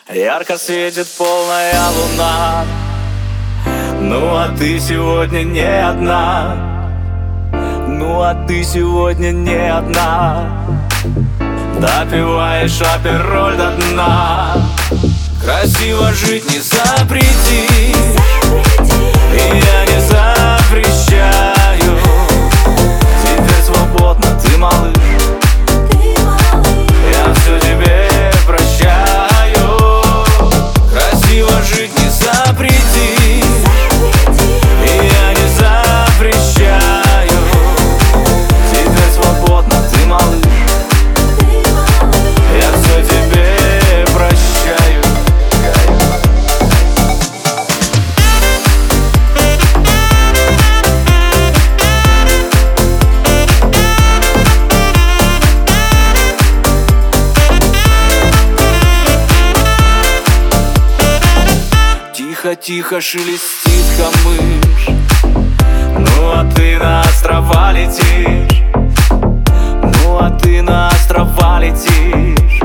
Ярко светит полная луна. Ну а ты сегодня не одна. Ну а ты сегодня не одна. Допиваешь апероль до дна. Красиво жить не запрети, и я не запрещаю. Теперь свободно ты, малыш. Я все тебе прощаю. Красиво жить не запрети, и я не запрещаю. Теперь свободно ты, малыш. Я все тебе прощаю. Тихо-тихо шелестит камыш. Ну а ты на острова летишь. Ну а ты на острова летишь.